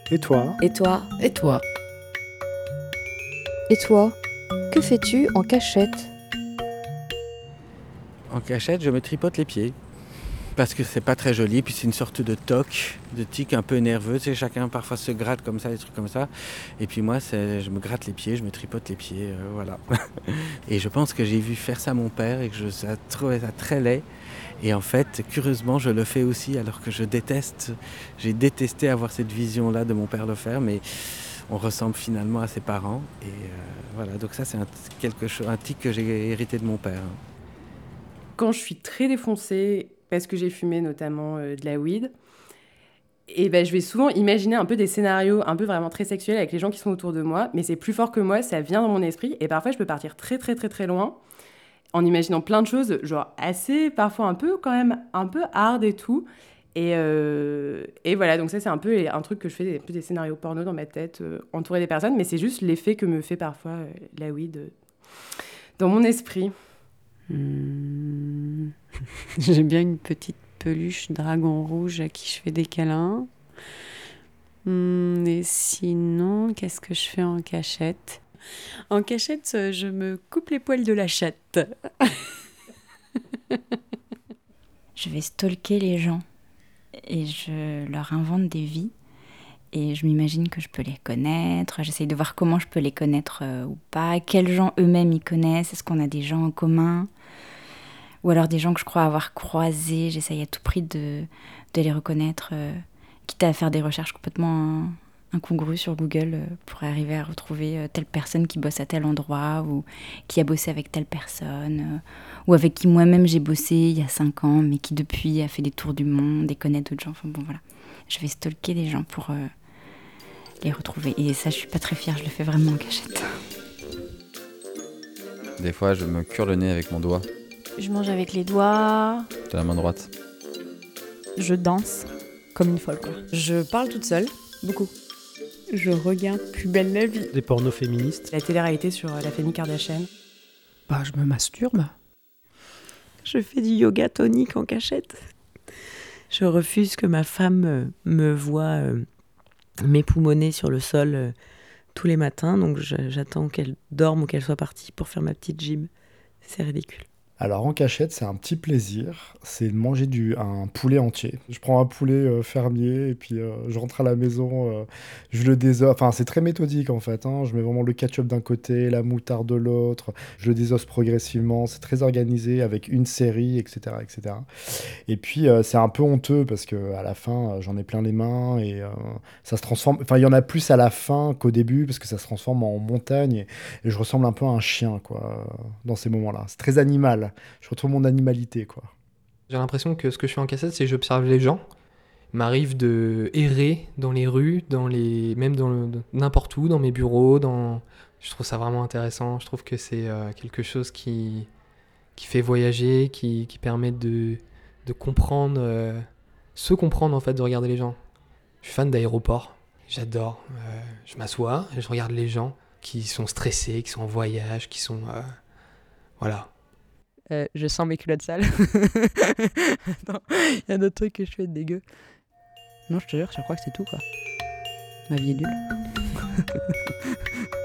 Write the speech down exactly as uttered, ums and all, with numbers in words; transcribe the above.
Et toi ? Et toi ? Et toi ? Et toi ? Que fais-tu en cachette ? En cachette, je me tripote les pieds. Parce que c'est pas très joli, puis c'est une sorte de toc, de tic un peu nerveux. Tu sais, chacun parfois se gratte comme ça, des trucs comme ça. Et puis moi, c'est, je me gratte les pieds, je me tripote les pieds, euh, voilà. Et je pense que j'ai vu faire ça mon père et que je ça, trouvais ça très laid. Et en fait, curieusement, je le fais aussi, alors que je déteste, j'ai détesté avoir cette vision-là de mon père le faire, mais on ressemble finalement à ses parents. Et euh, voilà, donc ça, c'est un, quelque chose, un tic que j'ai hérité de mon père. Quand je suis très défoncée, parce que j'ai fumé notamment euh, de la weed, et ben, je vais souvent imaginer un peu des scénarios un peu vraiment très sexuels avec les gens qui sont autour de moi, mais c'est plus fort que moi, ça vient dans mon esprit, et parfois je peux partir très très très très loin, en imaginant plein de choses, genre assez, parfois un peu quand même, un peu hard et tout, et, euh, et voilà, donc ça c'est un peu un truc que je fais, un peu des scénarios porno dans ma tête, euh, entouré des personnes, mais c'est juste l'effet que me fait parfois euh, la weed euh, dans mon esprit. Mmh. J'ai bien une petite peluche dragon rouge à qui je fais des câlins. Mmh. Et sinon, qu'est-ce que je fais en cachette ? En cachette, je me coupe les poils de la chatte. Je vais stalker les gens et je leur invente des vies. Et je m'imagine que je peux les connaître. J'essaye de voir comment je peux les connaître euh, ou pas. Quels gens eux-mêmes ils connaissent. Est-ce qu'on a des gens en commun ? Ou alors des gens que je crois avoir croisés. J'essaye à tout prix de, de les reconnaître. Euh, quitte à faire des recherches complètement incongrues sur Google euh, pour arriver à retrouver euh, telle personne qui bosse à tel endroit ou qui a bossé avec telle personne. Euh, ou avec qui moi-même j'ai bossé il y a cinq ans mais qui depuis a fait des tours du monde et connaît d'autres gens. Enfin bon voilà. Je vais stalker des gens pour... Euh, les retrouver. Et ça, je suis pas très fière, je le fais vraiment en cachette. Des fois, je me cure le nez avec mon doigt. Je mange avec les doigts. De la main droite. Je danse comme une folle, quoi. Je parle toute seule, beaucoup. Je regarde Plus belle la vie. Des pornos féministes. La télé-réalité sur la famille Kardashian. Bah, je me masturbe. Je fais du yoga tonique en cachette. Je refuse que ma femme me voie... Euh, m'époumoner sur le sol euh, tous les matins, donc je, j'attends qu'elle dorme ou qu'elle soit partie pour faire ma petite gym. C'est ridicule. Alors en cachette, c'est un petit plaisir, c'est de manger du, un poulet entier. Je prends un poulet euh, fermier et puis euh, je rentre à la maison, euh, je le désosse. Enfin, c'est très méthodique en fait. Hein. Je mets vraiment le ketchup d'un côté, la moutarde de l'autre. Je le désosse progressivement. C'est très organisé avec une série, et cetera, et cetera. Et puis euh, c'est un peu honteux parce que à la fin, euh, j'en ai plein les mains et euh, ça se transforme. Enfin, il y en a plus à la fin qu'au début parce que ça se transforme en montagne et, et je ressemble un peu à un chien quoi dans ces moments-là. C'est très animal. Je retrouve mon animalité, quoi. J'ai l'impression que ce que je fais en cassette, c'est que j'observe les gens. Il m'arrive de errer dans les rues, dans les... même dans le... n'importe où, dans mes bureaux. Dans... Je trouve ça vraiment intéressant. Je trouve que c'est euh, quelque chose qui... qui fait voyager, qui, qui permet de, de comprendre, euh... se comprendre en fait, de regarder les gens. Je suis fan d'aéroports. J'adore. Euh, je m'assois et je regarde les gens qui sont stressés, qui sont en voyage, qui sont... Euh... Voilà. Euh, je sens mes culottes sales. Attends, il y a d'autres trucs que je fais de dégueu. Non, je te jure, je crois que c'est tout, quoi. Ma vie est nulle.